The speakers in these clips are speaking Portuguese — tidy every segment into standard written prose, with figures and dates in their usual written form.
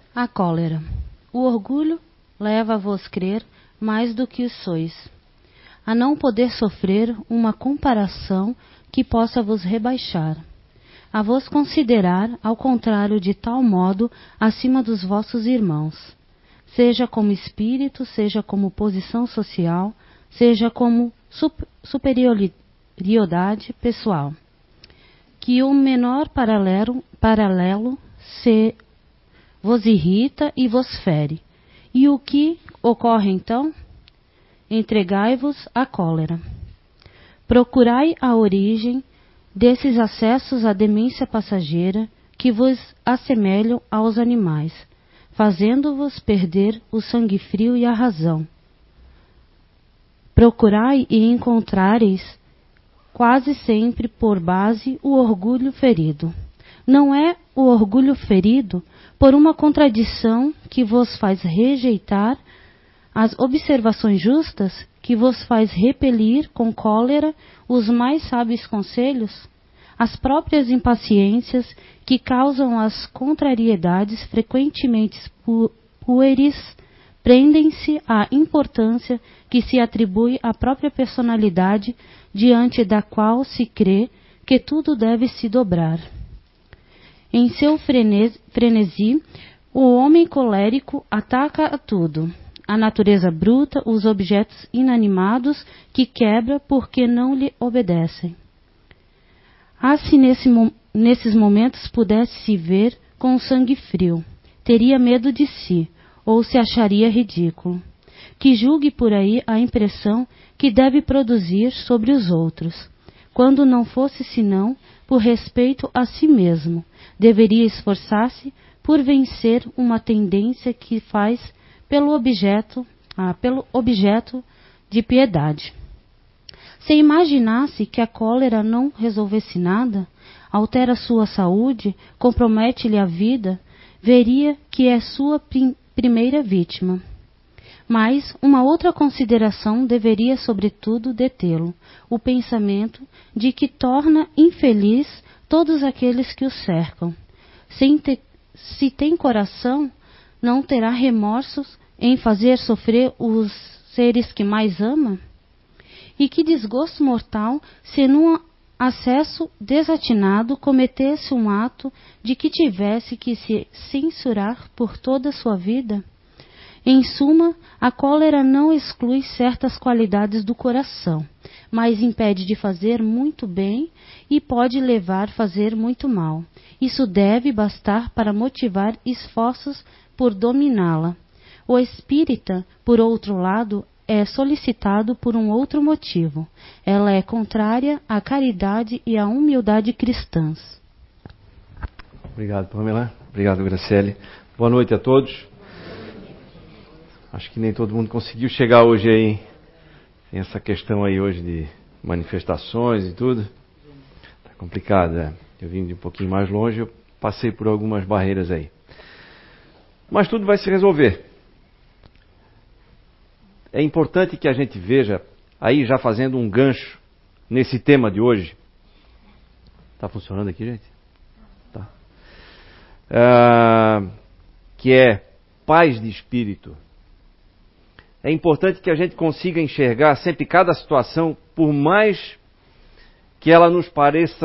A cólera. O orgulho leva a vos crer mais do que sois, a não poder sofrer uma comparação que possa vos rebaixar, a vos considerar, ao contrário, de tal modo acima dos vossos irmãos, seja como espírito, seja como posição social, seja como superioridade pessoal, que o menor paralelo se vos irrita e vos fere. E o que ocorre então? Entregai-vos à cólera. Procurai a origem desses acessos à demência passageira que vos assemelham aos animais, fazendo-vos perder o sangue frio e a razão. Procurai e encontrareis quase sempre por base o orgulho ferido. Não é o orgulho ferido por uma contradição que vos faz rejeitar as observações justas, que vos faz repelir com cólera os mais sábios conselhos? As próprias impaciências que causam as contrariedades frequentemente pueris prendem-se à importância que se atribui à própria personalidade diante da qual se crê que tudo deve se dobrar. Em seu frenesi, o homem colérico ataca a tudo, a natureza bruta, os objetos inanimados que quebra porque não lhe obedecem. Se nesses momentos pudesse se ver com sangue frio, teria medo de si, ou se acharia ridículo. Que julgue por aí a impressão que deve produzir sobre os outros, quando não fosse senão por respeito a si mesmo. Deveria esforçar-se por vencer uma tendência que faz pelo objeto de piedade. Se imaginasse que a cólera não resolvesse nada, altera sua saúde, compromete-lhe a vida, veria que é sua primeira vítima. Mas uma outra consideração deveria sobretudo detê-lo, o pensamento de que torna infeliz todos aqueles que o cercam. Se tem coração, não terá remorsos em fazer sofrer os seres que mais ama? E que desgosto mortal se num acesso desatinado cometesse um ato de que tivesse que se censurar por toda a sua vida? Em suma, a cólera não exclui certas qualidades do coração, mas impede de fazer muito bem e pode levar a fazer muito mal. Isso deve bastar para motivar esforços por dominá-la. O espírita, por outro lado, é solicitado por um outro motivo. Ela é contrária à caridade e à humildade cristãs. Obrigado, Pamela. Obrigado, Graciele. Boa noite a todos. Acho que nem todo mundo conseguiu chegar hoje aí. Tem essa questão aí hoje de manifestações e tudo. Tá complicado, né? Eu vim de um pouquinho mais longe, eu passei por algumas barreiras aí. Mas tudo vai se resolver. É importante que a gente veja, aí já fazendo um gancho nesse tema de hoje. Tá funcionando aqui, gente? Tá. Que é paz de espírito. É importante que a gente consiga enxergar sempre cada situação, por mais que ela nos pareça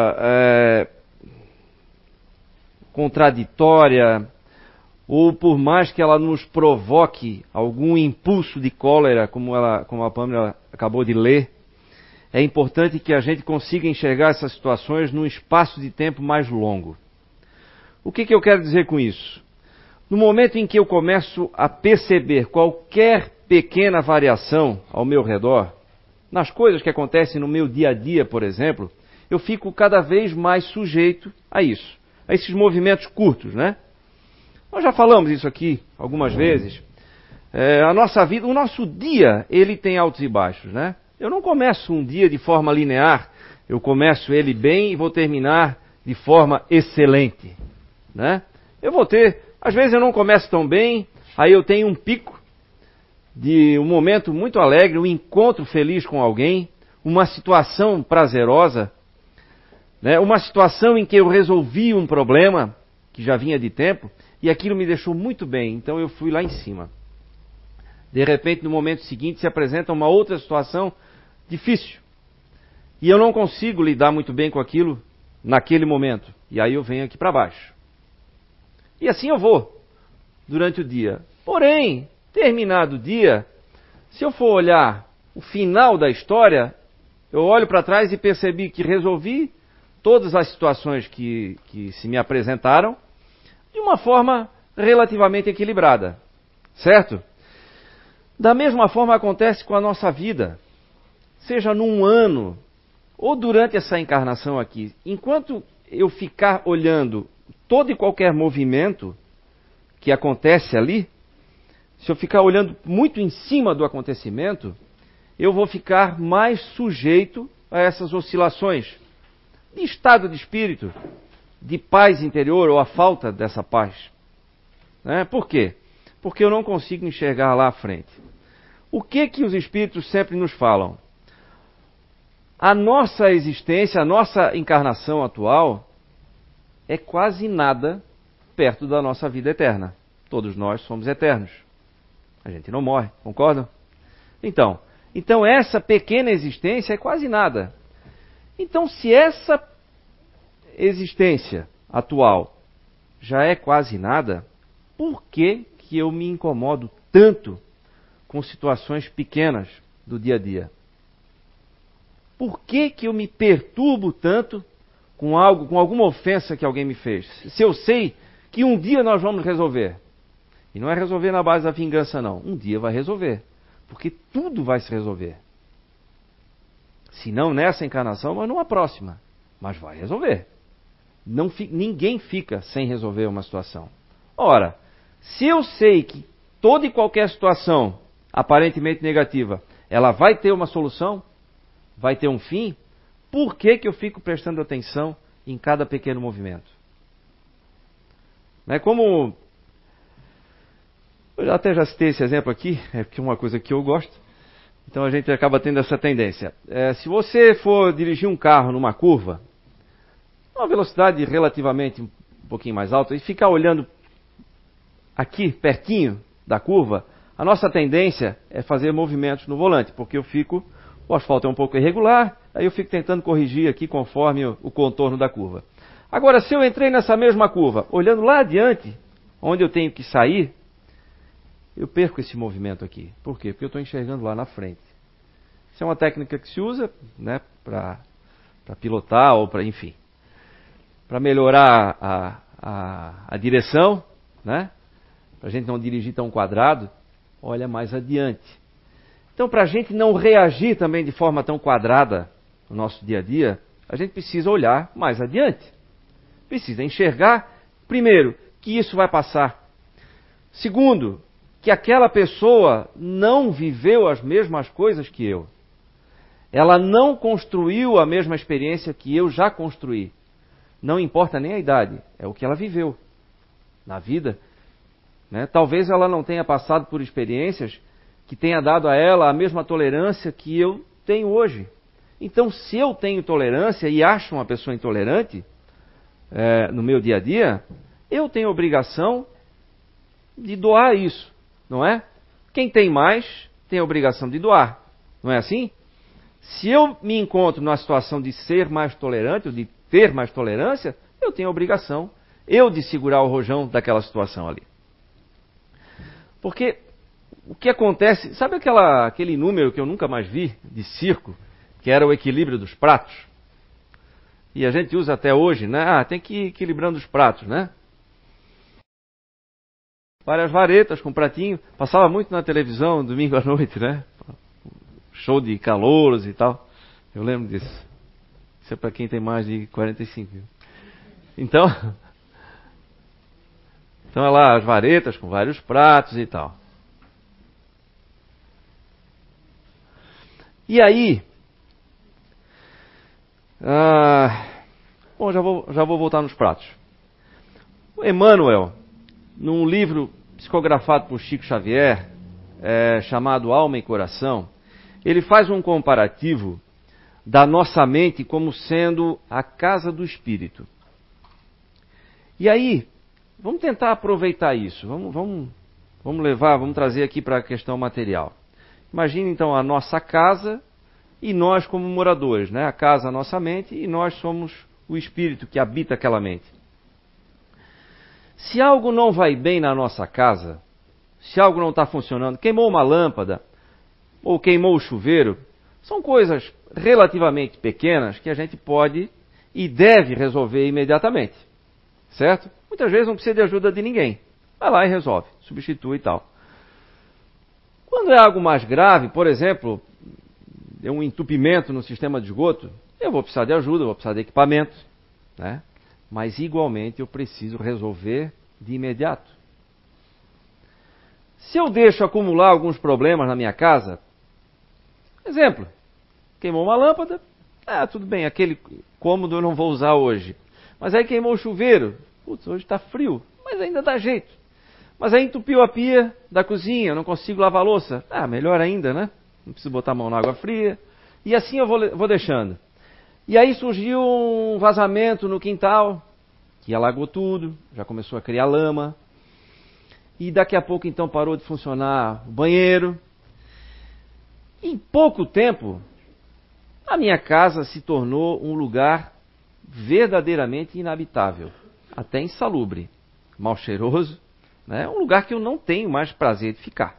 contraditória, ou por mais que ela nos provoque algum impulso de cólera, como a Pamela acabou de ler, é importante que a gente consiga enxergar essas situações num espaço de tempo mais longo. O que eu quero dizer com isso? No momento em que eu começo a perceber qualquer pequena variação ao meu redor, nas coisas que acontecem no meu dia a dia, por exemplo, eu fico cada vez mais sujeito a isso, a esses movimentos curtos, né? Nós já falamos isso aqui algumas vezes. A nossa vida, o nosso dia, ele tem altos e baixos, né? Eu não começo um dia de forma linear, eu começo ele bem e vou terminar de forma excelente, né? Eu vou ter, às vezes eu não começo tão bem, aí eu tenho um pico de um momento muito alegre, um encontro feliz com alguém, uma situação prazerosa, né? Uma situação em que eu resolvi um problema que já vinha de tempo, e aquilo me deixou muito bem, então eu fui lá em cima. De repente, no momento seguinte, se apresenta uma outra situação difícil. E eu não consigo lidar muito bem com aquilo naquele momento. E aí eu venho aqui para baixo. E assim eu vou durante o dia. Porém, terminado o dia, se eu for olhar o final da história, eu olho para trás e percebi que resolvi todas as situações que se me apresentaram de uma forma relativamente equilibrada. Certo? Da mesma forma acontece com a nossa vida. Seja num ano ou durante essa encarnação aqui. Enquanto eu ficar olhando todo e qualquer movimento que acontece ali, se eu ficar olhando muito em cima do acontecimento, eu vou ficar mais sujeito a essas oscilações de estado de espírito, de paz interior ou a falta dessa paz. Por quê? Porque eu não consigo enxergar lá à frente. O que os espíritos sempre nos falam? A nossa existência, a nossa encarnação atual é quase nada perto da nossa vida eterna. Todos nós somos eternos. A gente não morre, concordam? Então essa pequena existência é quase nada. Então, se essa existência atual já é quase nada, por que eu me incomodo tanto com situações pequenas do dia a dia? Por que eu me perturbo tanto com alguma ofensa que alguém me fez? Se eu sei que um dia nós vamos resolver. E não é resolver na base da vingança, não. Um dia vai resolver. Porque tudo vai se resolver. Se não nessa encarnação, mas numa próxima. Mas vai resolver. Ninguém fica sem resolver uma situação. Ora, se eu sei que toda e qualquer situação aparentemente negativa, ela vai ter uma solução, vai ter um fim, por que eu fico prestando atenção em cada pequeno movimento? Como eu até já citei esse exemplo aqui, é porque é uma coisa que eu gosto, então a gente acaba tendo essa tendência. Se você for dirigir um carro numa curva, uma velocidade relativamente um pouquinho mais alta, e ficar olhando aqui, pertinho da curva, a nossa tendência é fazer movimentos no volante, porque o asfalto é um pouco irregular, aí eu fico tentando corrigir aqui conforme o contorno da curva. Agora, se eu entrei nessa mesma curva, olhando lá adiante, onde eu tenho que sair, eu perco esse movimento aqui. Por quê? Porque eu estou enxergando lá na frente. Isso é uma técnica que se usa para pilotar ou para, enfim, para melhorar a direção, para a gente não dirigir tão quadrado, olha mais adiante. Então, para a gente não reagir também de forma tão quadrada no nosso dia a dia, a gente precisa olhar mais adiante. Precisa enxergar, primeiro, que isso vai passar. Segundo, que aquela pessoa não viveu as mesmas coisas que eu. Ela não construiu a mesma experiência que eu já construí. Não importa nem a idade, é o que ela viveu na vida. Talvez ela não tenha passado por experiências que tenha dado a ela a mesma tolerância que eu tenho hoje. Então, se eu tenho tolerância e acho uma pessoa intolerante no meu dia a dia, eu tenho a obrigação de doar isso, não é? Quem tem mais tem a obrigação de doar, não é assim? Se eu me encontro numa situação de ser mais tolerante, ou de ter mais tolerância, eu tenho a obrigação, de segurar o rojão daquela situação ali. Porque o que acontece, sabe aquele número que eu nunca mais vi, de circo, que era o equilíbrio dos pratos? E a gente usa até hoje, tem que ir equilibrando os pratos, Várias varetas com pratinho. Passava muito na televisão, domingo à noite, Show de calouros e tal. Eu lembro disso. Isso é para quem tem mais de 45. Então é lá as varetas com vários pratos e tal. E aí, já vou voltar nos pratos. O Emmanuel, num livro psicografado por Chico Xavier, chamado Alma e Coração, ele faz um comparativo da nossa mente como sendo a casa do espírito. E aí, Vamos tentar aproveitar isso. Vamos trazer aqui para a questão material. Imagine então a nossa casa e nós como moradores, né? A casa, a nossa mente, e nós somos o espírito que habita aquela mente. Se algo não vai bem na nossa casa, se algo não está funcionando, queimou uma lâmpada ou queimou o chuveiro, são coisas relativamente pequenas que a gente pode e deve resolver imediatamente, certo? Muitas vezes não precisa de ajuda de ninguém. Vai lá e resolve, substitui e tal. Quando é algo mais grave, por exemplo, um entupimento no sistema de esgoto, eu vou precisar de ajuda, vou precisar de equipamento, né? Mas igualmente eu preciso resolver de imediato. Se eu deixo acumular alguns problemas na minha casa, exemplo, queimou uma lâmpada, tudo bem, aquele cômodo eu não vou usar hoje. Mas aí queimou o chuveiro, putz, hoje está frio, mas ainda dá jeito. Mas aí entupiu a pia da cozinha, eu não consigo lavar a louça. Melhor ainda, né? Não preciso botar a mão na água fria. E assim eu vou deixando. E aí surgiu um vazamento no quintal, que alagou tudo, já começou a criar lama. E daqui a pouco então parou de funcionar o banheiro. Em pouco tempo, a minha casa se tornou um lugar verdadeiramente inabitável, até insalubre, mal cheiroso, né? Um lugar que eu não tenho mais prazer de ficar.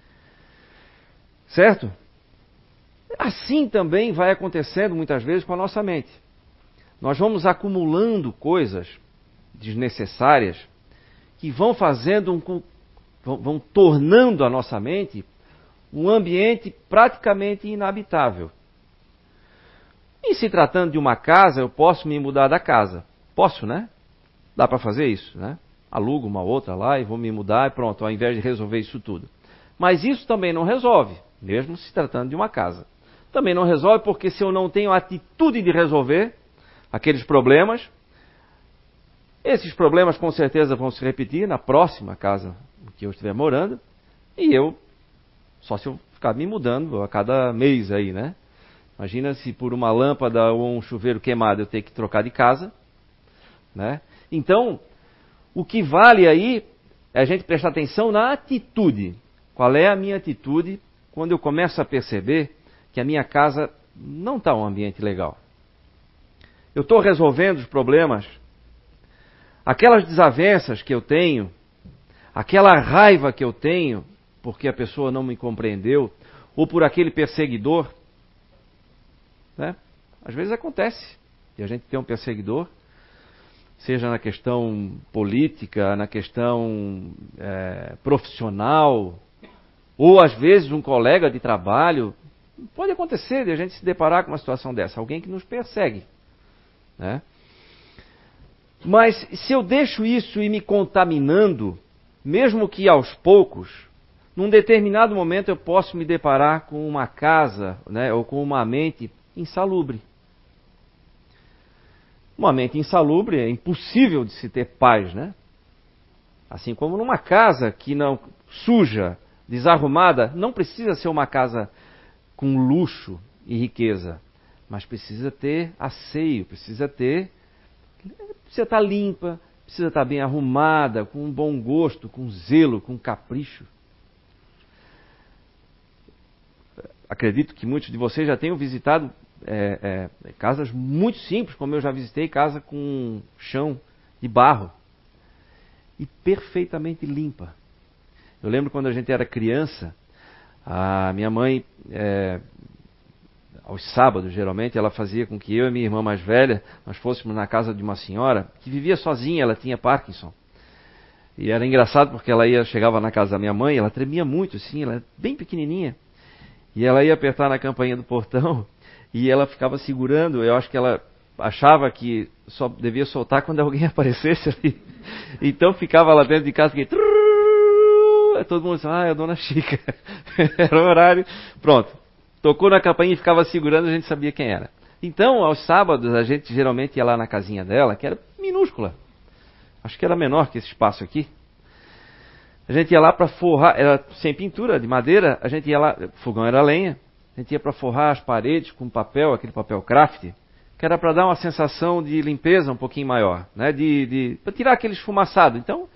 Certo? Assim também vai acontecendo muitas vezes com a nossa mente. Nós vamos acumulando coisas desnecessárias que vão vão tornando a nossa mente um ambiente praticamente inabitável. E se tratando de uma casa, eu posso me mudar da casa. Posso, né? Dá para fazer isso, né? Alugo uma outra lá e vou me mudar e pronto, ao invés de resolver isso tudo. Mas isso também não resolve, mesmo se tratando de uma casa. Também não resolve porque se eu não tenho a atitude de resolver aqueles problemas, esses problemas com certeza vão se repetir na próxima casa que eu estiver morando, e só se eu ficar me mudando a cada mês aí, né? Imagina se por uma lâmpada ou um chuveiro queimado eu ter que trocar de casa, né? Então, o que vale aí é a gente prestar atenção na atitude. Qual é a minha atitude quando eu começo a perceber que a minha casa não está um ambiente legal? Eu estou resolvendo os problemas, aquelas desavenças que eu tenho, aquela raiva que eu tenho porque a pessoa não me compreendeu, ou por aquele perseguidor, né? Às vezes acontece e a gente tem um perseguidor, seja na questão política, na questão profissional, ou às vezes um colega de trabalho. Pode acontecer de a gente se deparar com uma situação dessa, alguém que nos persegue, né? Mas se eu deixo isso ir me contaminando, mesmo que aos poucos, num determinado momento eu posso me deparar com uma casa, né, ou com uma mente insalubre. Uma mente insalubre é impossível de se ter paz, né? Assim como numa casa que não suja, desarrumada, não precisa ser uma casa com luxo e riqueza, mas precisa ter asseio, precisa estar limpa, precisa estar bem arrumada, com um bom gosto, com zelo, com capricho. Acredito que muitos de vocês já tenham visitado casas muito simples, como eu já visitei casa com chão de barro e perfeitamente limpa. Eu lembro quando a gente era criança, a minha mãe, aos sábados geralmente, ela fazia com que eu e minha irmã mais velha, nós fôssemos na casa de uma senhora que vivia sozinha, ela tinha Parkinson. E era engraçado porque chegava na casa da minha mãe, ela tremia muito assim, ela era bem pequenininha. E ela ia apertar na campainha do portão e ela ficava segurando. Eu acho que ela achava que só devia soltar quando alguém aparecesse ali. Então ficava lá dentro de casa que todo mundo disse, é a dona Chica. Era o horário. Pronto. Tocou na campainha e ficava segurando, a gente sabia quem era. Então, aos sábados, a gente geralmente ia lá na casinha dela, que era minúscula. Acho que era menor que esse espaço aqui. A gente ia lá para forrar, era sem pintura, de madeira, a gente ia lá, o fogão era lenha, a gente ia para forrar as paredes com papel, aquele papel craft, que era para dar uma sensação de limpeza um pouquinho maior, né? Para tirar aquele esfumaçado. Então,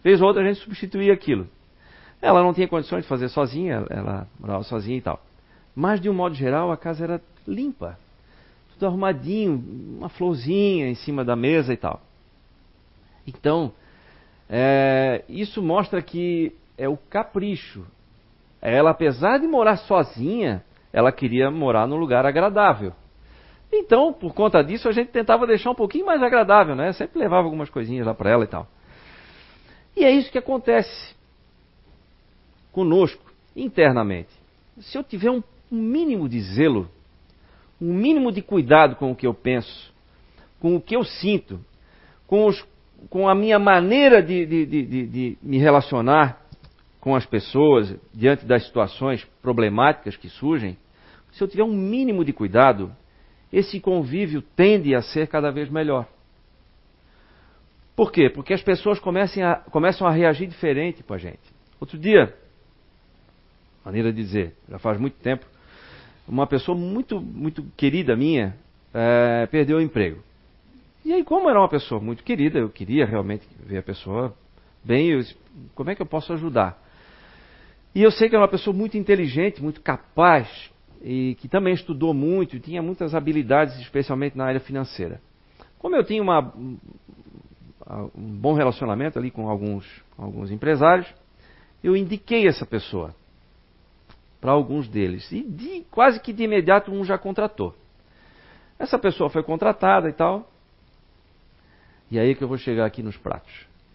Vez ou outra a gente substituía aquilo. Ela não tinha condições de fazer sozinha, ela morava sozinha e tal. Mas, de um modo geral, a casa era limpa. Tudo arrumadinho, uma florzinha em cima da mesa e tal. Então, isso mostra que é o capricho. Ela, apesar de morar sozinha, ela queria morar num lugar agradável. Então, por conta disso, a gente tentava deixar um pouquinho mais agradável, né? Sempre levava algumas coisinhas lá para ela e tal. E é isso que acontece conosco, internamente. Se eu tiver um mínimo de zelo, um mínimo de cuidado com o que eu penso, com o que eu sinto, com a minha maneira de me relacionar com as pessoas diante das situações problemáticas que surgem, se eu tiver um mínimo de cuidado, esse convívio tende a ser cada vez melhor. Por quê? Porque as pessoas começam a reagir diferente com a gente. Outro dia, maneira de dizer, já faz muito tempo, uma pessoa muito, muito querida minha perdeu o emprego. E aí, como era uma pessoa muito querida, eu queria realmente ver a pessoa bem, como é que eu posso ajudar? E eu sei que era uma pessoa muito inteligente, muito capaz, e que também estudou muito, e tinha muitas habilidades, especialmente na área financeira. Como eu tinha um bom relacionamento ali com alguns empresários, eu indiquei essa pessoa para alguns deles. E quase que de imediato um já contratou. Essa pessoa foi contratada e tal. E aí que eu vou chegar aqui nos pratos.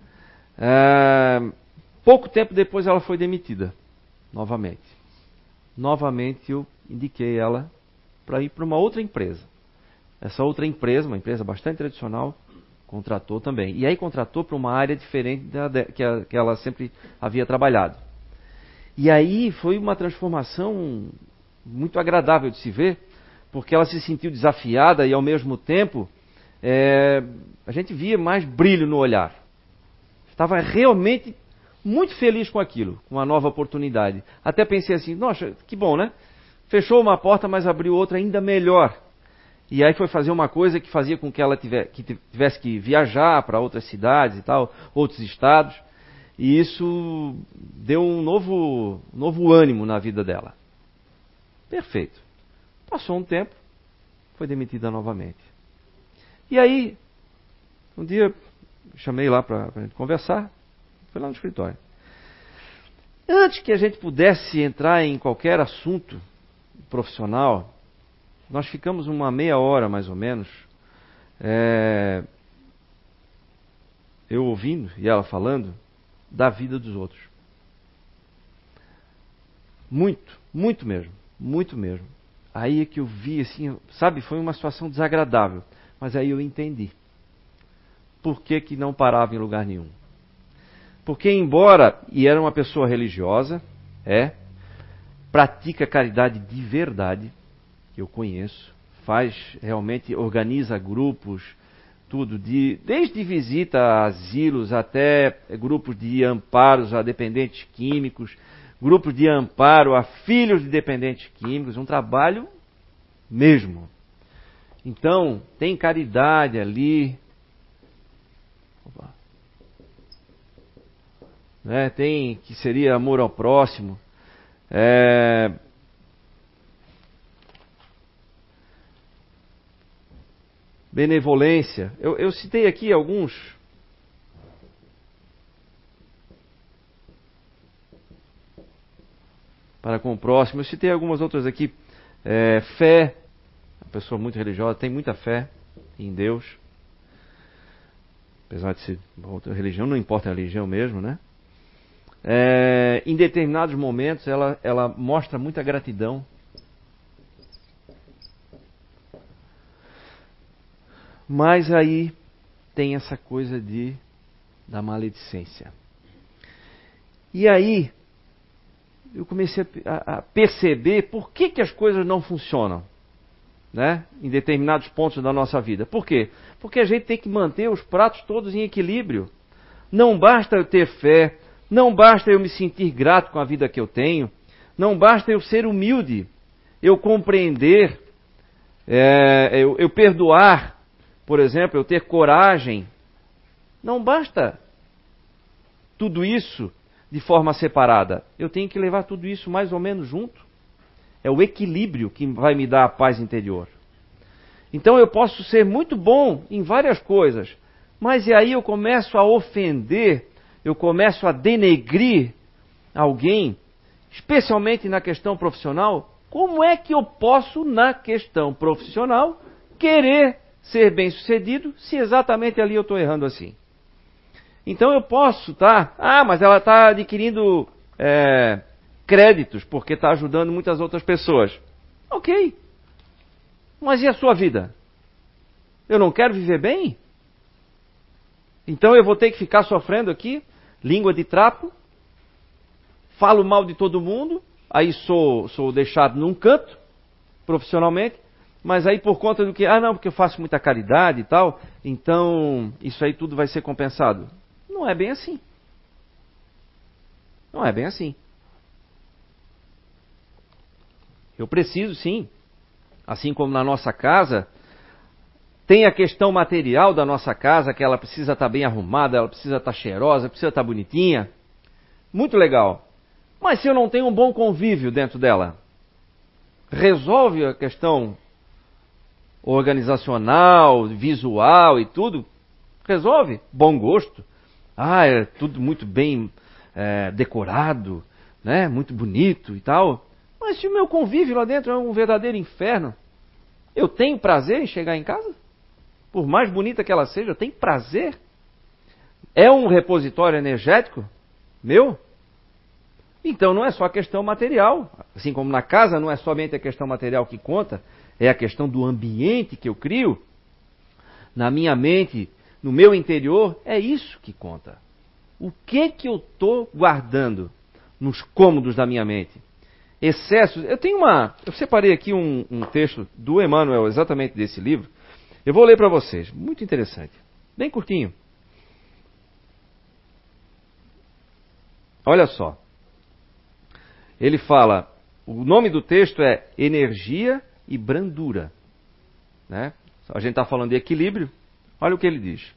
Pouco tempo depois ela foi demitida. Novamente. Novamente eu indiquei ela para ir para uma outra empresa. Essa outra empresa, uma empresa bastante tradicional, contratou também. E aí contratou para uma área diferente que ela sempre havia trabalhado. E aí foi uma transformação muito agradável de se ver, porque ela se sentiu desafiada e ao mesmo tempo a gente via mais brilho no olhar. Estava realmente muito feliz com aquilo, com a nova oportunidade. Até pensei assim, nossa, que bom, né? Fechou uma porta, mas abriu outra ainda melhor. E aí foi fazer uma coisa que fazia com que ela tivesse que viajar para outras cidades e tal, outros estados. E isso deu um novo ânimo na vida dela. Perfeito. Passou um tempo, foi demitida novamente. E aí, um dia, chamei lá para a gente conversar, foi lá no escritório. Antes que a gente pudesse entrar em qualquer assunto profissional, nós ficamos uma meia hora, mais ou menos, eu ouvindo e ela falando da vida dos outros. Muito, muito mesmo, muito mesmo. Aí é que eu vi, assim, sabe, foi uma situação desagradável, mas aí eu entendi. Por que não parava em lugar nenhum? Porque embora, e era uma pessoa religiosa, pratica caridade de verdade, que eu conheço, realmente organiza grupos, tudo, desde visita a asilos até grupos de amparos a dependentes químicos, grupos de amparo a filhos de dependentes químicos, um trabalho mesmo. Então, tem caridade ali, tem que seria amor ao próximo, benevolência. Eu citei aqui alguns. Para com o próximo. Eu citei algumas outras aqui. Fé. Uma pessoa muito religiosa, tem muita fé em Deus. Apesar de ser outra religião, não importa a religião mesmo, né? Em determinados momentos, ela mostra muita gratidão. Mas aí tem essa coisa da maledicência. E aí eu comecei a perceber por que as coisas não funcionam, né? Em determinados pontos da nossa vida. Por quê? Porque a gente tem que manter os pratos todos em equilíbrio. Não basta eu ter fé, não basta eu me sentir grato com a vida que eu tenho, não basta eu ser humilde, eu compreender, eu perdoar, por exemplo, eu ter coragem. Não basta tudo isso de forma separada. Eu tenho que levar tudo isso mais ou menos junto. É o equilíbrio que vai me dar a paz interior. Então eu posso ser muito bom em várias coisas, mas e aí eu começo a ofender, eu começo a denegrir alguém, especialmente na questão profissional. Como é que eu posso, na questão profissional, querer ser bem-sucedido se exatamente ali eu estou errando assim? Então eu posso estar... mas ela está adquirindo créditos porque está ajudando muitas outras pessoas. Ok. Mas e a sua vida? Eu não quero viver bem? Então eu vou ter que ficar sofrendo aqui, língua de trapo, falo mal de todo mundo, aí sou deixado num canto, profissionalmente, mas aí por conta do que? Não, porque eu faço muita caridade e tal, então isso aí tudo vai ser compensado. Não é bem assim. Não é bem assim. Eu preciso, sim, assim como na nossa casa, tem a questão material da nossa casa, que ela precisa estar bem arrumada, ela precisa estar cheirosa, precisa estar bonitinha. Muito legal. Mas se eu não tenho um bom convívio dentro dela, resolve a questão organizacional, visual e tudo? Resolve. Bom gosto. É tudo muito bem decorado, né? Muito bonito e tal. Mas se o meu convívio lá dentro é um verdadeiro inferno, eu tenho prazer em chegar em casa? Por mais bonita que ela seja, eu tenho prazer? É um repositório energético meu? Então não é só a questão material. Assim como na casa não é somente a questão material que conta, é a questão do ambiente que eu crio. Na minha mente, no meu interior, é isso que conta. O que eu estou guardando nos cômodos da minha mente? Excessos. Eu separei aqui um texto do Emmanuel, exatamente desse livro. Eu vou ler para vocês. Muito interessante. Bem curtinho. Olha só. Ele fala, o nome do texto é Energia e Brandura. Né? A gente está falando de equilíbrio. Olha o que ele diz.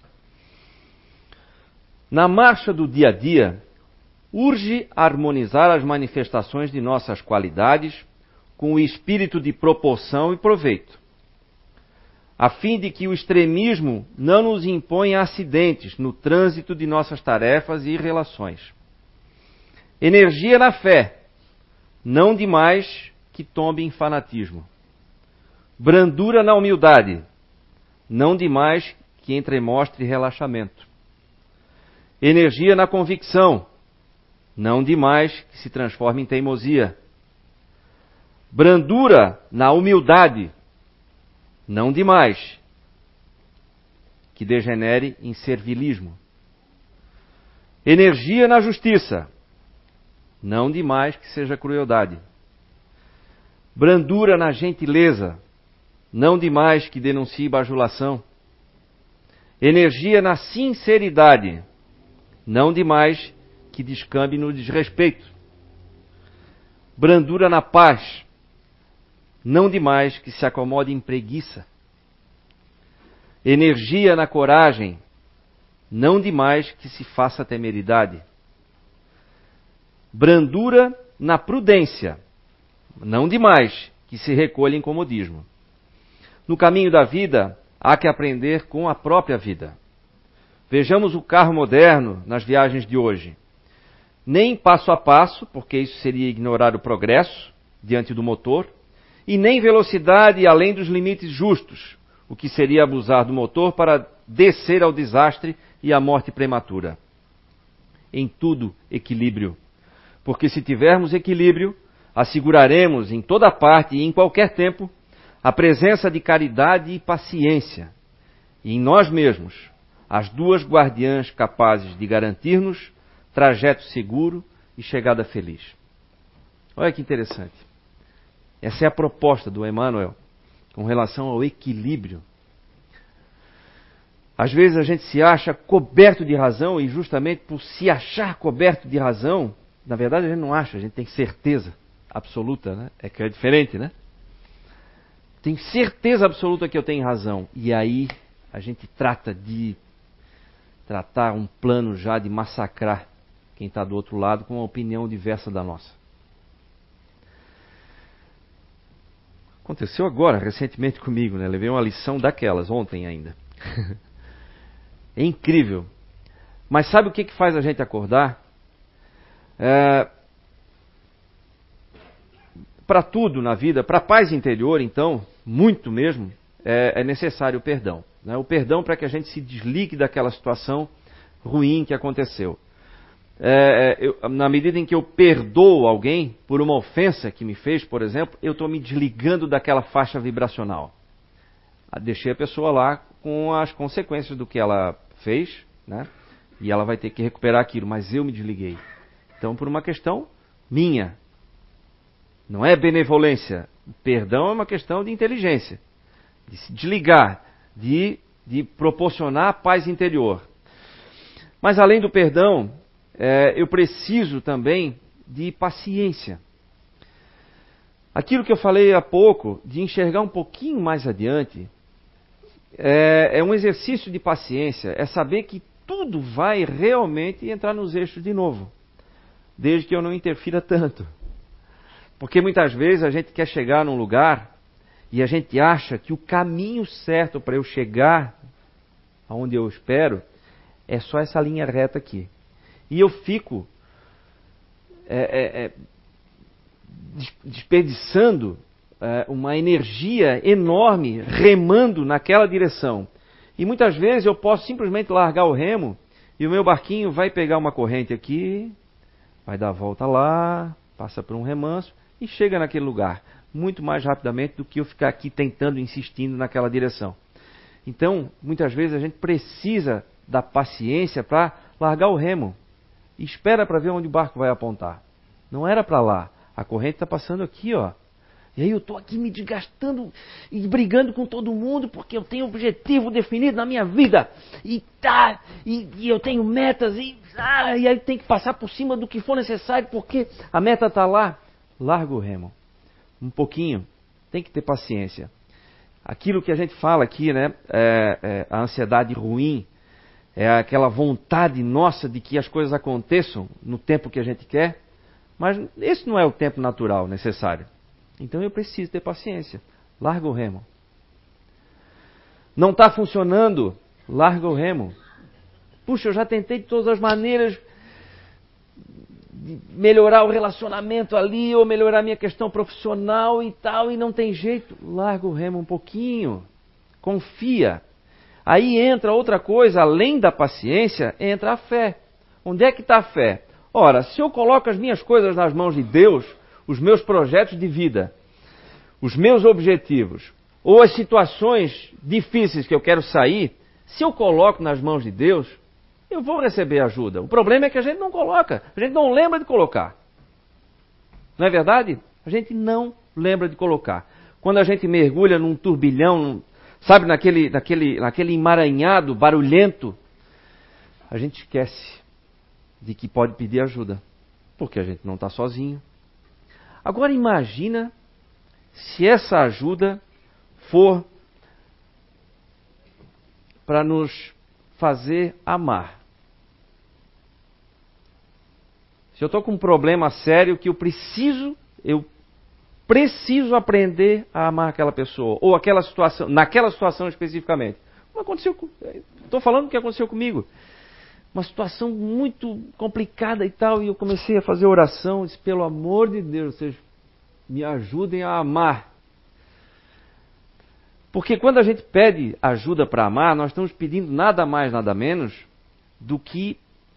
Na marcha do dia a dia, urge harmonizar as manifestações de nossas qualidades com o espírito de proporção e proveito, a fim de que o extremismo não nos imponha acidentes no trânsito de nossas tarefas e relações. Energia na fé, não demais que tombe em fanatismo. Brandura na humildade, não demais que entremostre relaxamento. Energia na convicção, não demais que se transforme em teimosia. Brandura na humildade, não demais que degenere em servilismo. Energia na justiça, não demais que seja crueldade. Brandura na gentileza, não demais que denuncie bajulação. Energia na sinceridade, não demais que descambe no desrespeito. Brandura na paz, não demais que se acomode em preguiça. Energia na coragem, não demais que se faça temeridade. Brandura na prudência, não demais que se recolha em comodismo. No caminho da vida, há que aprender com a própria vida. Vejamos o carro moderno nas viagens de hoje. Nem passo a passo, porque isso seria ignorar o progresso diante do motor, e nem velocidade além dos limites justos, o que seria abusar do motor para descer ao desastre e à morte prematura. Em tudo, equilíbrio. Porque se tivermos equilíbrio, asseguraremos em toda parte e em qualquer tempo a presença de caridade e paciência, e em nós mesmos, as duas guardiãs capazes de garantir-nos trajeto seguro e chegada feliz. Olha que interessante. Essa é a proposta do Emmanuel com relação ao equilíbrio. Às vezes a gente se acha coberto de razão e justamente por se achar coberto de razão, na verdade a gente não acha, a gente tem certeza absoluta, né? É que é diferente, né? Tenho certeza absoluta que eu tenho razão. E aí a gente trata um plano já de massacrar quem está do outro lado com uma opinião diversa da nossa. Aconteceu agora, recentemente comigo, né? Levei uma lição daquelas, ontem ainda. É incrível. Mas sabe o que faz a gente acordar? Para tudo na vida, para a paz interior, então, muito mesmo, é necessário o perdão. Né? O perdão para que a gente se desligue daquela situação ruim que aconteceu. Na medida em que eu perdoo alguém por uma ofensa que me fez, por exemplo, eu estou me desligando daquela faixa vibracional. Deixei a pessoa lá com as consequências do que ela fez, né? E ela vai ter que recuperar aquilo, mas eu me desliguei. Então, por uma questão minha. Não é benevolência. Perdão é uma questão de inteligência. De se desligar, de proporcionar paz interior. Mas além do perdão, eu preciso também de paciência. Aquilo que eu falei há pouco, de enxergar um pouquinho mais adiante, é um exercício de paciência, é saber que tudo vai realmente entrar nos eixos de novo, desde que eu não interfira tanto. Porque muitas vezes a gente quer chegar num lugar e a gente acha que o caminho certo para eu chegar aonde eu espero é só essa linha reta aqui. E eu fico desperdiçando uma energia enorme remando naquela direção. E muitas vezes eu posso simplesmente largar o remo e o meu barquinho vai pegar uma corrente aqui, vai dar a volta lá, passa por um remanso e chega naquele lugar muito mais rapidamente do que eu ficar aqui tentando, insistindo naquela direção. Então, muitas vezes a gente precisa da paciência para largar o remo e espera para ver onde o barco vai apontar. Não era para lá, a corrente está passando aqui, ó. E aí eu estou aqui me desgastando e brigando com todo mundo porque eu tenho um objetivo definido na minha vida. E eu tenho metas e aí tem que passar por cima do que for necessário porque a meta está lá. Larga o remo. Um pouquinho. Tem que ter paciência. Aquilo que a gente fala aqui, né? A ansiedade ruim. É aquela vontade nossa de que as coisas aconteçam no tempo que a gente quer. Mas esse não é o tempo natural necessário. Então eu preciso ter paciência. Larga o remo. Não está funcionando? Larga o remo. Puxa, eu já tentei de todas as maneiras de melhorar o relacionamento ali, ou melhorar a minha questão profissional e tal, e não tem jeito. Larga o remo um pouquinho. Confia. Aí entra outra coisa, além da paciência, entra a fé. Onde é que está a fé? Ora, se eu coloco as minhas coisas nas mãos de Deus, os meus projetos de vida, os meus objetivos, ou as situações difíceis que eu quero sair, se eu coloco nas mãos de Deus, eu vou receber ajuda. O problema é que a gente não coloca, a gente não lembra de colocar. Não é verdade? A gente não lembra de colocar. Quando a gente mergulha num turbilhão, sabe, naquele emaranhado barulhento, a gente esquece de que pode pedir ajuda, porque a gente não está sozinho. Agora imagina se essa ajuda for para nos fazer amar. Se eu estou com um problema sério que eu preciso aprender a amar aquela pessoa, ou aquela situação, naquela situação especificamente. Como aconteceu? Estou falando do que aconteceu comigo. Uma situação muito complicada e tal, e eu comecei a fazer oração, disse, pelo amor de Deus, vocês me ajudem a amar. Porque quando a gente pede ajuda para amar, nós estamos pedindo nada mais, nada menos do que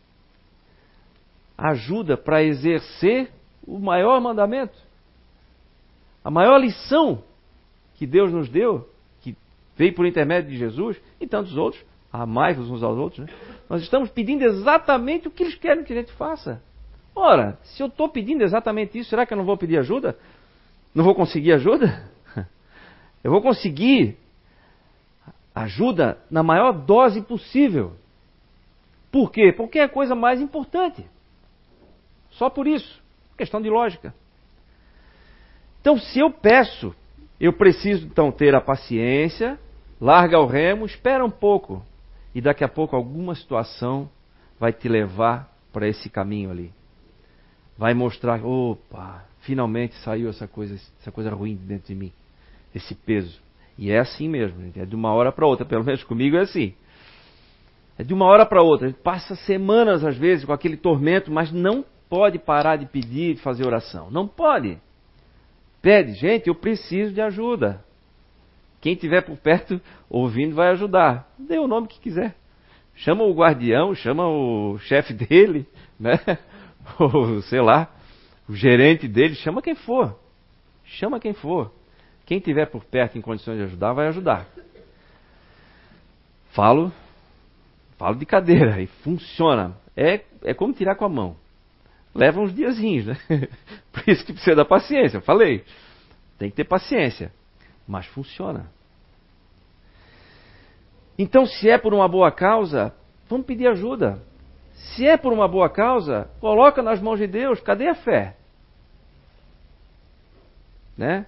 ajuda para exercer o maior mandamento. A maior lição que Deus nos deu, que veio por intermédio de Jesus e tantos outros, amai-vos uns aos outros, né? Nós estamos pedindo exatamente o que eles querem que a gente faça. Ora, se eu estou pedindo exatamente isso, será que eu não vou pedir ajuda? Não vou conseguir ajuda? Eu vou conseguir ajuda na maior dose possível. Por quê? Porque é a coisa mais importante. Só por isso. Questão de lógica. Então, se eu peço, eu preciso então ter a paciência, larga o remo, espera um pouco. E daqui a pouco alguma situação vai te levar para esse caminho ali. Vai mostrar, opa, finalmente saiu essa coisa ruim de dentro de mim. Esse peso. E é assim mesmo, gente. É de uma hora para outra. Pelo menos comigo é assim. É de uma hora para outra. A gente passa semanas, às vezes, com aquele tormento, mas não pode parar de pedir e de fazer oração. Não pode. Pede, gente, eu preciso de ajuda. Quem estiver por perto ouvindo vai ajudar. Dê o nome que quiser. Chama o guardião, chama o chefe dele, né? Ou, sei lá, o gerente dele, chama quem for. Chama quem for. Quem estiver por perto em condições de ajudar, vai ajudar. Falo de cadeira e funciona. É como tirar com a mão. Leva uns diazinhos, né? Por isso que precisa da paciência. Eu falei. Tem que ter paciência. Mas funciona. Então, se é por uma boa causa, vamos pedir ajuda. Se é por uma boa causa, coloca nas mãos de Deus. Cadê a fé? Né?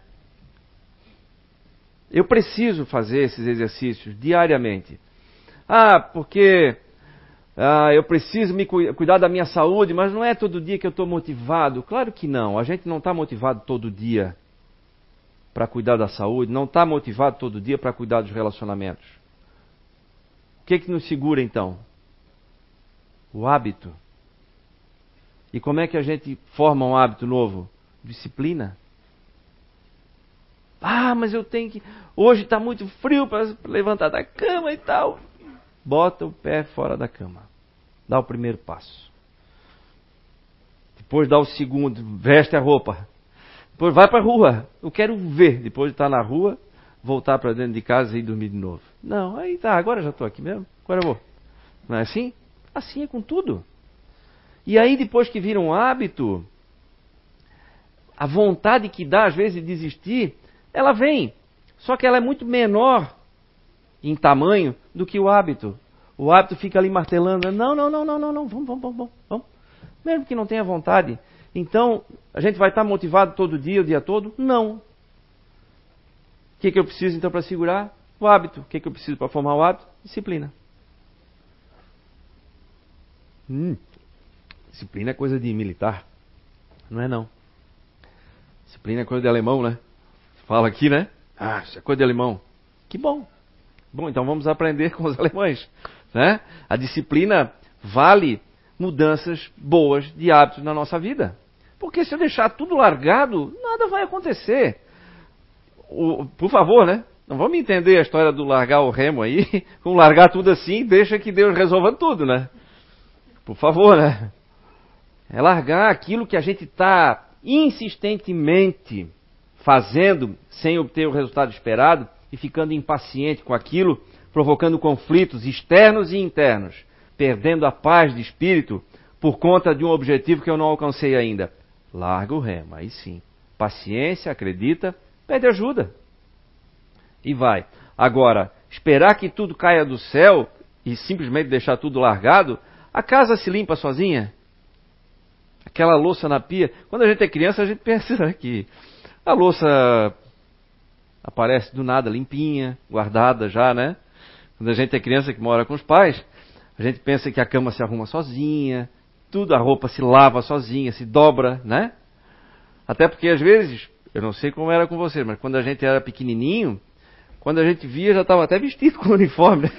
Eu preciso fazer esses exercícios diariamente. Porque eu preciso cuidar da minha saúde, mas não é todo dia que eu estou motivado. Claro que não. A gente não está motivado todo dia para cuidar da saúde, não está motivado todo dia para cuidar dos relacionamentos. O que nos segura então? O hábito. E como é que a gente forma um hábito novo? Disciplina. Mas eu tenho que... Hoje está muito frio para levantar da cama e tal. Bota o pé fora da cama. Dá o primeiro passo. Depois dá o segundo, veste a roupa. Depois vai para a rua. Eu quero ver, depois de estar na rua, voltar para dentro de casa e dormir de novo. Não, aí tá, agora já estou aqui mesmo. Agora eu vou. Não é assim? Assim é com tudo. E aí depois que vira um hábito, a vontade que dá às vezes de desistir, ela vem. Só que ela é muito menor em tamanho do que o hábito. O hábito fica ali martelando. Não. Vamos. Mesmo que não tenha vontade. Então, a gente vai estar motivado todo dia, o dia todo? Não. O que eu preciso então para segurar? O hábito. O que eu preciso para formar o hábito? Disciplina. Disciplina é coisa de militar. Não é não. Disciplina é coisa de alemão, né? Fala aqui, né? Isso é coisa de alemão. Que bom. Bom, então vamos aprender com os alemães, né? A disciplina vale mudanças boas de hábitos na nossa vida. Porque se eu deixar tudo largado, nada vai acontecer. Por favor, né? Não vamos entender a história do largar o remo aí, como largar tudo assim, deixa que Deus resolva tudo, né? Por favor, né? É largar aquilo que a gente está insistentemente fazendo sem obter o resultado esperado e ficando impaciente com aquilo, provocando conflitos externos e internos, perdendo a paz de espírito por conta de um objetivo que eu não alcancei ainda. Larga o remo, aí sim. Paciência, acredita, pede ajuda. E vai. Agora, esperar que tudo caia do céu e simplesmente deixar tudo largado, a casa se limpa sozinha. Aquela louça na pia. Quando a gente é criança, a gente pensa que a louça aparece do nada, limpinha, guardada já, né? Quando a gente é criança que mora com os pais, a gente pensa que a cama se arruma sozinha, tudo, a roupa se lava sozinha, se dobra, né? Até porque às vezes, eu não sei como era com vocês, mas quando a gente era pequenininho, quando a gente via, já estava até vestido com o uniforme.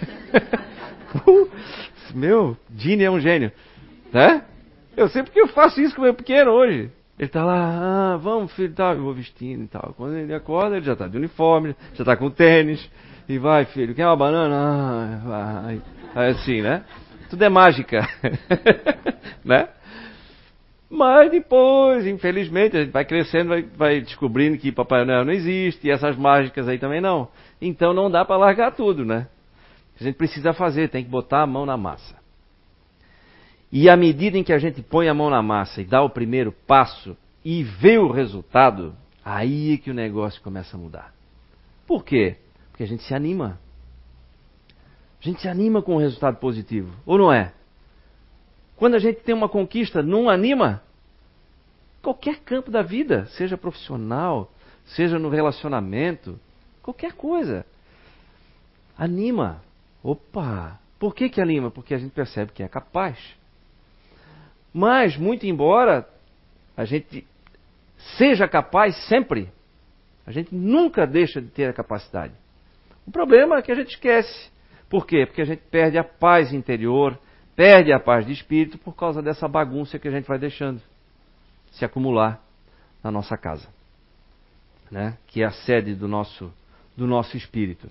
Meu, Gini é um gênio, né? Eu sei porque eu faço isso com o meu pequeno hoje. Ele está lá, vamos filho, tá, eu vou vestindo e tal. Quando ele acorda, ele já está de uniforme, já está com tênis. E vai, filho, quer uma banana? Vai. É assim, né? Tudo é mágica. Né? Mas depois, infelizmente, a gente vai crescendo, vai descobrindo que Papai Noel não existe, e essas mágicas aí também não. Então não dá para largar tudo, né? A gente precisa fazer, tem que botar a mão na massa. E à medida em que a gente põe a mão na massa e dá o primeiro passo e vê o resultado, aí é que o negócio começa a mudar. Por quê? Porque a gente se anima. A gente se anima com o resultado positivo, ou não é? Quando a gente tem uma conquista, não anima? Qualquer campo da vida, seja profissional, seja no relacionamento, qualquer coisa. Anima. Opa! Por que anima? Porque a gente percebe que é capaz. Mas, muito embora a gente seja capaz sempre, a gente nunca deixa de ter a capacidade. O problema é que a gente esquece. Por quê? Porque a gente perde a paz interior, perde a paz de espírito por causa dessa bagunça que a gente vai deixando se acumular na nossa casa, né? Que é a sede do nosso espírito.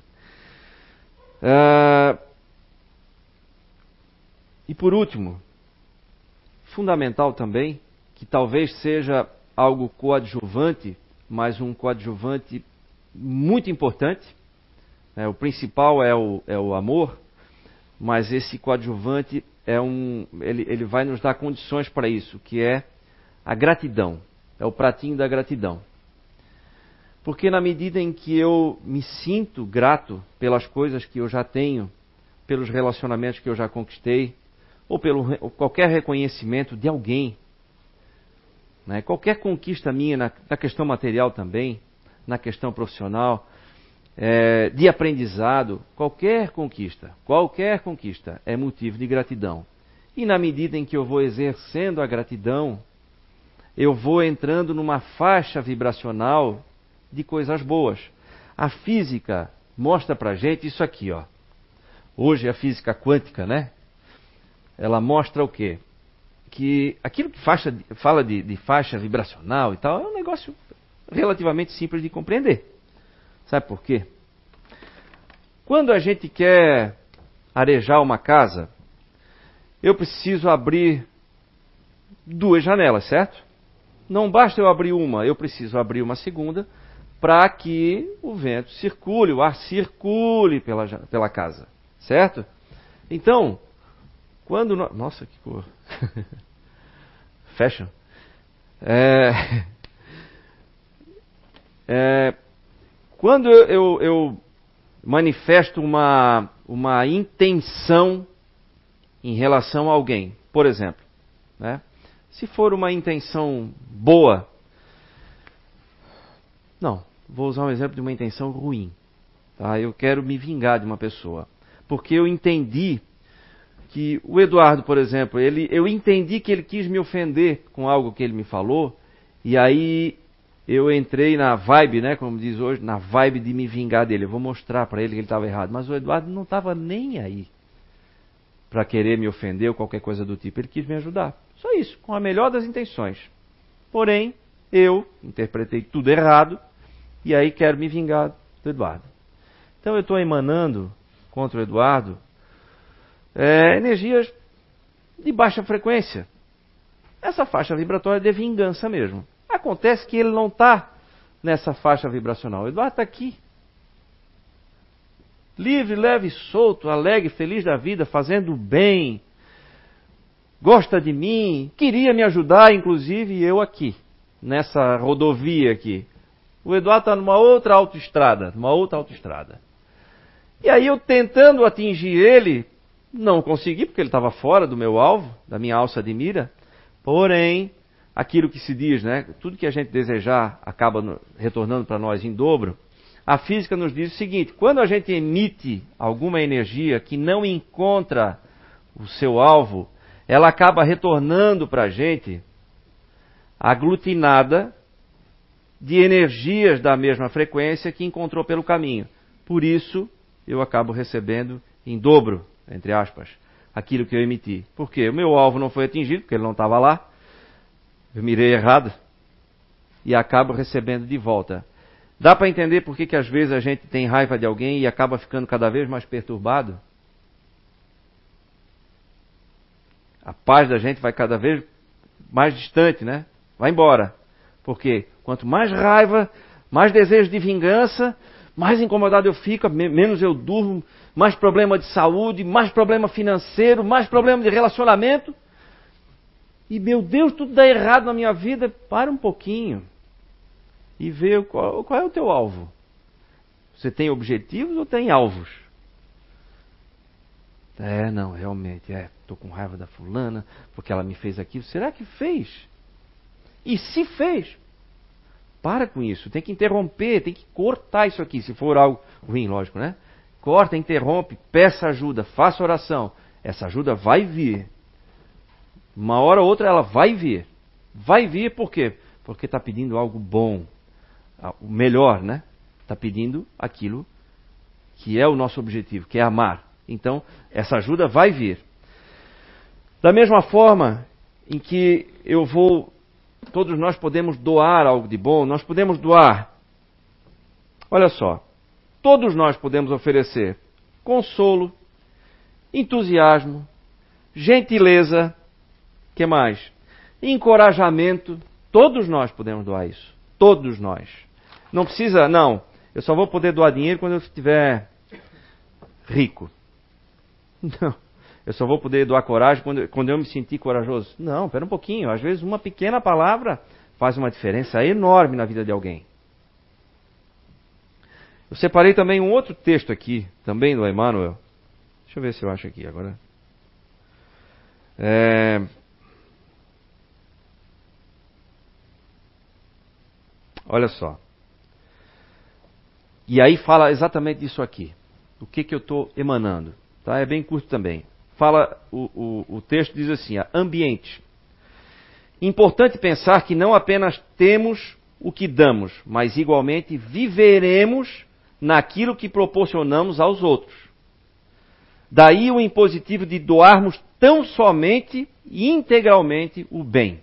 E por último, fundamental também, que talvez seja algo coadjuvante, mas um coadjuvante muito importante. O principal é o amor, mas esse coadjuvante ele vai nos dar condições para isso, que é a gratidão. É o pratinho da gratidão. Porque na medida em que eu me sinto grato pelas coisas que eu já tenho, pelos relacionamentos que eu já conquistei, ou pelo qualquer reconhecimento de alguém, né? Qualquer conquista minha na questão material também, na questão profissional, de aprendizado, qualquer conquista é motivo de gratidão. E na medida em que eu vou exercendo a gratidão, eu vou entrando numa faixa vibracional de coisas boas. A física mostra pra gente isso aqui, ó. Hoje a física quântica, né? Ela mostra o quê? Que aquilo que fala de faixa vibracional e tal, é um negócio relativamente simples de compreender. Sabe por quê? Quando a gente quer arejar uma casa, eu preciso abrir 2 janelas, certo? Não basta eu abrir uma, eu preciso abrir uma segunda para que o vento circule, o ar circule pela casa, certo? Então, quando... Nossa, que cor! Fashion. Quando eu manifesto uma intenção em relação a alguém, por exemplo, né? Se for uma intenção boa, não, vou usar um exemplo de uma intenção ruim. Tá? Eu quero me vingar de uma pessoa, porque eu entendi que o Eduardo, por exemplo, eu entendi que ele quis me ofender com algo que ele me falou, e aí eu entrei na vibe, né, como diz hoje, na vibe de me vingar dele. Eu vou mostrar para ele que ele estava errado. Mas o Eduardo não estava nem aí para querer me ofender ou qualquer coisa do tipo. Ele quis me ajudar. Só isso, com a melhor das intenções. Porém, eu interpretei tudo errado e aí quero me vingar do Eduardo. Então eu estou emanando contra o Eduardo energias de baixa frequência. Essa faixa vibratória de vingança mesmo. Acontece que ele não está nessa faixa vibracional. O Eduardo está aqui. Livre, leve, solto, alegre, feliz da vida, fazendo bem. Gosta de mim, queria me ajudar, inclusive, e eu aqui, nessa rodovia aqui. O Eduardo está numa outra autoestrada, E aí eu tentando atingir ele, não consegui, porque ele estava fora do meu alvo, da minha alça de mira. Porém, aquilo que se diz, né? Tudo que a gente desejar acaba retornando para nós em dobro. A física nos diz o seguinte: quando a gente emite alguma energia que não encontra o seu alvo, ela acaba retornando para a gente aglutinada de energias da mesma frequência que encontrou pelo caminho. Por isso, eu acabo recebendo em dobro, entre aspas, aquilo que eu emiti. Por quê? O meu alvo não foi atingido, porque ele não estava lá. Eu mirei errado e acabo recebendo de volta. Dá para entender por que às vezes a gente tem raiva de alguém e acaba ficando cada vez mais perturbado? A paz da gente vai cada vez mais distante, né? Vai embora. Porque quanto mais raiva, mais desejo de vingança, mais incomodado eu fico, menos eu durmo, mais problema de saúde, mais problema financeiro, mais problema de relacionamento. E, meu Deus, tudo dá errado na minha vida. Para um pouquinho e vê qual é o teu alvo. Você tem objetivos ou tem alvos? Não, realmente, estou com raiva da fulana, porque ela me fez aquilo. Será que fez? E se fez? Para com isso, tem que interromper, tem que cortar isso aqui, se for algo ruim, lógico, né? Corta, interrompe, peça ajuda, faça oração. Essa ajuda vai vir. Uma hora ou outra ela vai vir. Vai vir por quê? Porque está pedindo algo bom. O melhor, né? Está pedindo aquilo que é o nosso objetivo, que é amar. Então, essa ajuda vai vir. Da mesma forma em que todos nós podemos doar algo de bom, nós podemos doar. Olha só, todos nós podemos oferecer consolo, entusiasmo, gentileza, que mais? Encorajamento. Todos nós podemos doar isso. Todos nós. Não precisa, não. Eu só vou poder doar dinheiro quando eu estiver rico. Não. Eu só vou poder doar coragem quando eu me sentir corajoso. Não, espera um pouquinho. Às vezes uma pequena palavra faz uma diferença enorme na vida de alguém. Eu separei também um outro texto aqui, também do Emmanuel. Deixa eu ver se eu acho aqui agora. Olha só. E aí fala exatamente disso aqui. O que eu estou emanando. Tá? É bem curto também. Fala, o texto diz assim, ambiente. Importante pensar que não apenas temos o que damos, mas igualmente viveremos naquilo que proporcionamos aos outros. Daí o impositivo de doarmos tão somente e integralmente o bem.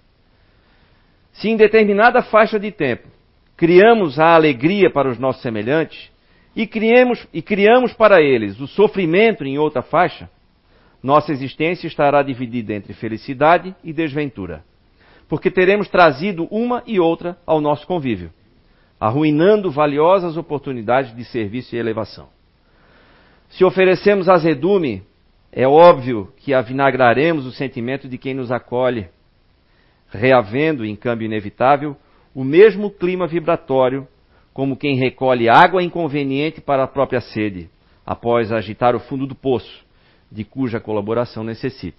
Se em determinada faixa de tempo criamos a alegria para os nossos semelhantes e criamos para eles o sofrimento em outra faixa, nossa existência estará dividida entre felicidade e desventura, porque teremos trazido uma e outra ao nosso convívio, arruinando valiosas oportunidades de serviço e elevação. Se oferecemos azedume, é óbvio que avinagraremos o sentimento de quem nos acolhe, reavendo, em câmbio inevitável, o mesmo clima vibratório como quem recolhe água inconveniente para a própria sede, após agitar o fundo do poço, de cuja colaboração necessite.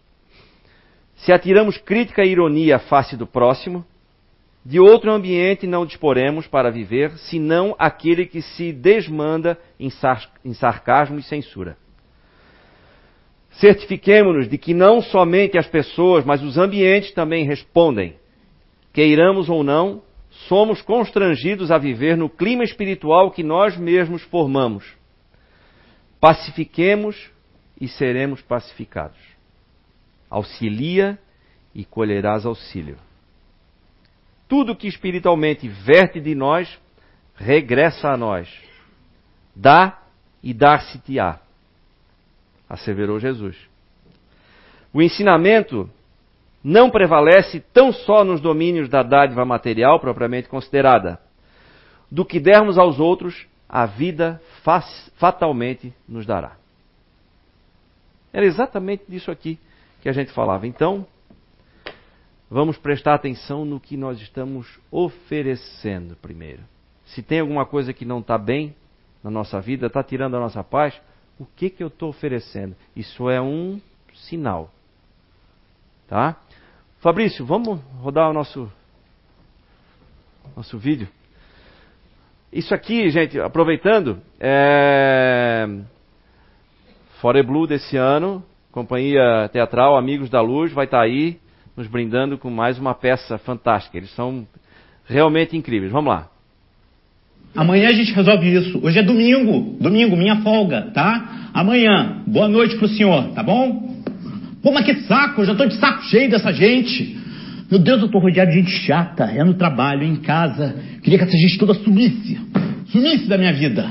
Se atiramos crítica e ironia à face do próximo, de outro ambiente não disporemos para viver, senão aquele que se desmanda em sarcasmo e censura. Certifiquemo-nos de que não somente as pessoas, mas os ambientes também respondem. Queiramos ou não, somos constrangidos a viver no clima espiritual que nós mesmos formamos. Pacifiquemos e seremos pacificados. Auxilia e colherás auxílio. Tudo que espiritualmente verte de nós, regressa a nós. Dá e dar-se-te-á, asseverou Jesus. O ensinamento não prevalece tão só nos domínios da dádiva material propriamente considerada. Do que dermos aos outros, a vida fatalmente nos dará. Era exatamente disso aqui que a gente falava. Então, vamos prestar atenção no que nós estamos oferecendo primeiro. Se tem alguma coisa que não está bem na nossa vida, está tirando a nossa paz, o que eu estou oferecendo? Isso é um sinal. Tá? Fabrício, vamos rodar o nosso vídeo. Isso aqui, gente, aproveitando, Fore Blue desse ano, companhia teatral Amigos da Luz, vai estar aí nos brindando com mais uma peça fantástica. Eles são realmente incríveis. Vamos lá. Amanhã a gente resolve isso. Hoje é domingo. Domingo, minha folga, tá? Amanhã. Boa noite pro senhor, tá bom? Pô, mas que saco. Eu já tô de saco cheio dessa gente. Meu Deus, eu tô rodeado de gente chata. É no trabalho, em casa. Queria que essa gente toda sumisse. Sumisse da minha vida.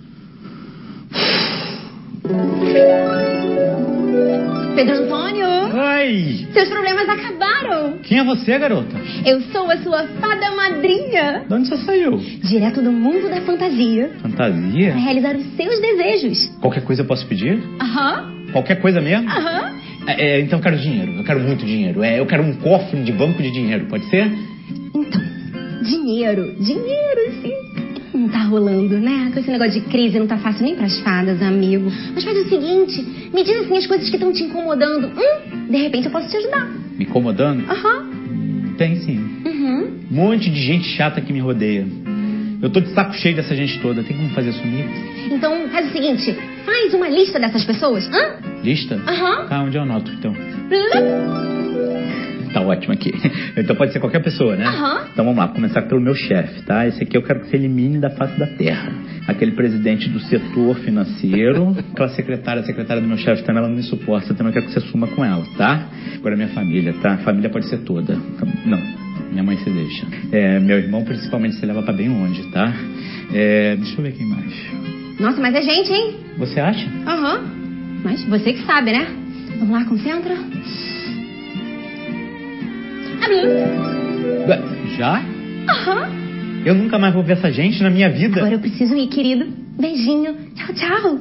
Pedro Antônio! Oi! Seus problemas acabaram! Quem é você, garota? Eu sou a sua fada madrinha! De onde você saiu? Direto do mundo da fantasia. Fantasia? Para realizar os seus desejos. Qualquer coisa eu posso pedir? Aham. Qualquer coisa mesmo? Aham. Então eu quero dinheiro. Eu quero muito dinheiro. Eu quero um cofre de banco de dinheiro. Pode ser? Então, dinheiro, sim. Não tá rolando, né? Com esse negócio de crise não tá fácil nem pras fadas, amigo. Mas faz o seguinte, me diz assim as coisas que estão te incomodando. De repente eu posso te ajudar. Me incomodando? Aham. Tem sim. Um monte de gente chata que me rodeia. Eu tô de saco cheio dessa gente toda. Tem como fazer sumir? Então faz o seguinte, faz uma lista dessas pessoas. Lista? Aham. Tá, onde eu anoto então? Plum. Tá ótimo aqui. Então pode ser qualquer pessoa, né? Então vamos lá, vou começar pelo meu chefe, tá? Esse aqui eu quero que você elimine da face da terra. Aquele presidente do setor financeiro, aquela secretária, a secretária do meu chefe também, ela não me suporta, também eu quero que você suma com ela, tá? Agora minha família, tá? A família pode ser toda. Não, minha mãe se deixa. Meu irmão principalmente se leva pra bem longe, tá? Deixa eu ver quem mais. Nossa, mas é gente, hein? Você acha? Mas você que sabe, né? Vamos lá, concentra. Já? Eu nunca mais vou ver essa gente na minha vida. Agora eu preciso ir, querido. Beijinho. Tchau, tchau.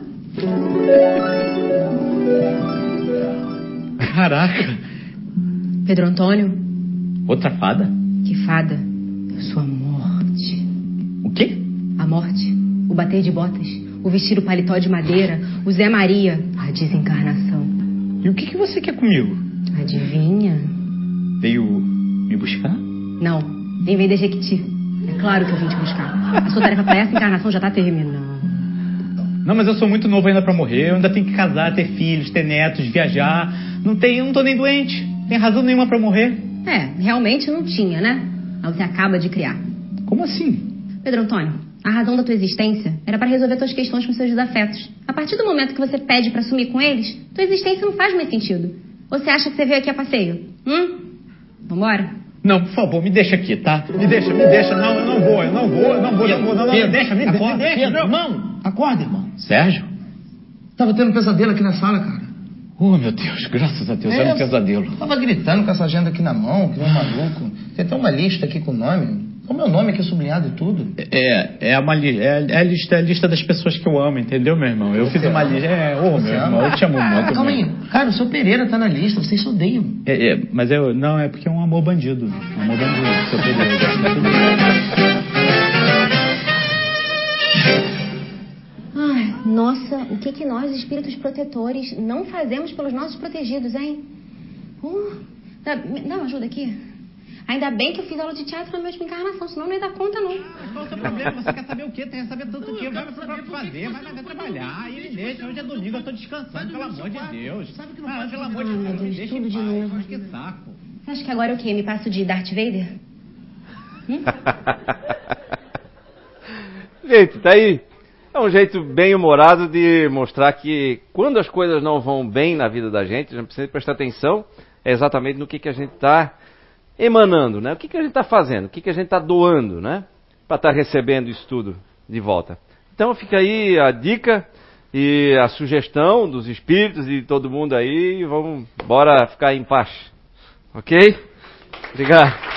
Caraca. Pedro Antônio. Outra fada? Que fada? Eu sou a morte. O quê? A morte. O bater de botas. O vestir o paletó de madeira. O Zé Maria. A desencarnação. E o que você quer comigo? Adivinha? Veio me buscar? Não. Nem vem de Jequiti. É claro que eu vim te buscar. A sua tarefa pra essa encarnação já tá terminando. Não, mas eu sou muito novo ainda pra morrer. Eu ainda tenho que casar, ter filhos, ter netos, viajar. Não tô nem doente. Tem razão nenhuma pra morrer. Realmente não tinha, né? Mas você acaba de criar. Como assim? Pedro Antônio, a razão da tua existência era para resolver tuas questões com seus desafetos. A partir do momento que você pede para sumir com eles, tua existência não faz mais sentido. Você acha que você veio aqui a passeio? Vambora? Não, por favor, me deixa aqui, tá? Me deixa. Não, eu não vou. Me deixa. Pedro, irmão, acorda, irmão. Sérgio? Tava tendo um pesadelo aqui na sala, cara. Oh, meu Deus, graças a Deus, era um pesadelo. Tava gritando com essa agenda aqui na mão, que nem um maluco. Tem até uma lista aqui com o nome. O meu nome aqui sublinhado e tudo. É a lista das pessoas que eu amo, entendeu, meu irmão? Eu fiz uma lista. Meu irmão, eu te amo muito. Calma aí. Cara, o seu Pereira tá na lista, vocês se odeiam. Mas não, é porque é um amor bandido. Um amor bandido, seu Pereira. Ai, nossa, o que nós, espíritos protetores, não fazemos pelos nossos protegidos, hein? Dá uma ajuda aqui. Ainda bem que eu fiz aula de teatro na minha última encarnação, senão não ia dar conta, não. Qual é o seu problema? Você quer saber o quê? Tem que saber tanto o quê? Vai fazer, vai trabalhar. E me deixa, hoje é domingo, eu tô descansando, pelo amor de Deus. Sabe que não pode, pelo amor de Deus. Meu Deus, Deixa tudo em de paz, novo. mas que saco. Você acha que agora é o quê? Me passo de Darth Vader? Gente, tá aí. É um jeito bem humorado de mostrar que quando as coisas não vão bem na vida da gente, a gente precisa prestar atenção exatamente no que a gente está emanando, né? O que a gente está fazendo, o que a gente está doando, né? Para estar recebendo isso tudo de volta. Então fica aí a dica e a sugestão dos espíritos e de todo mundo aí. Bora ficar em paz. Ok? Obrigado.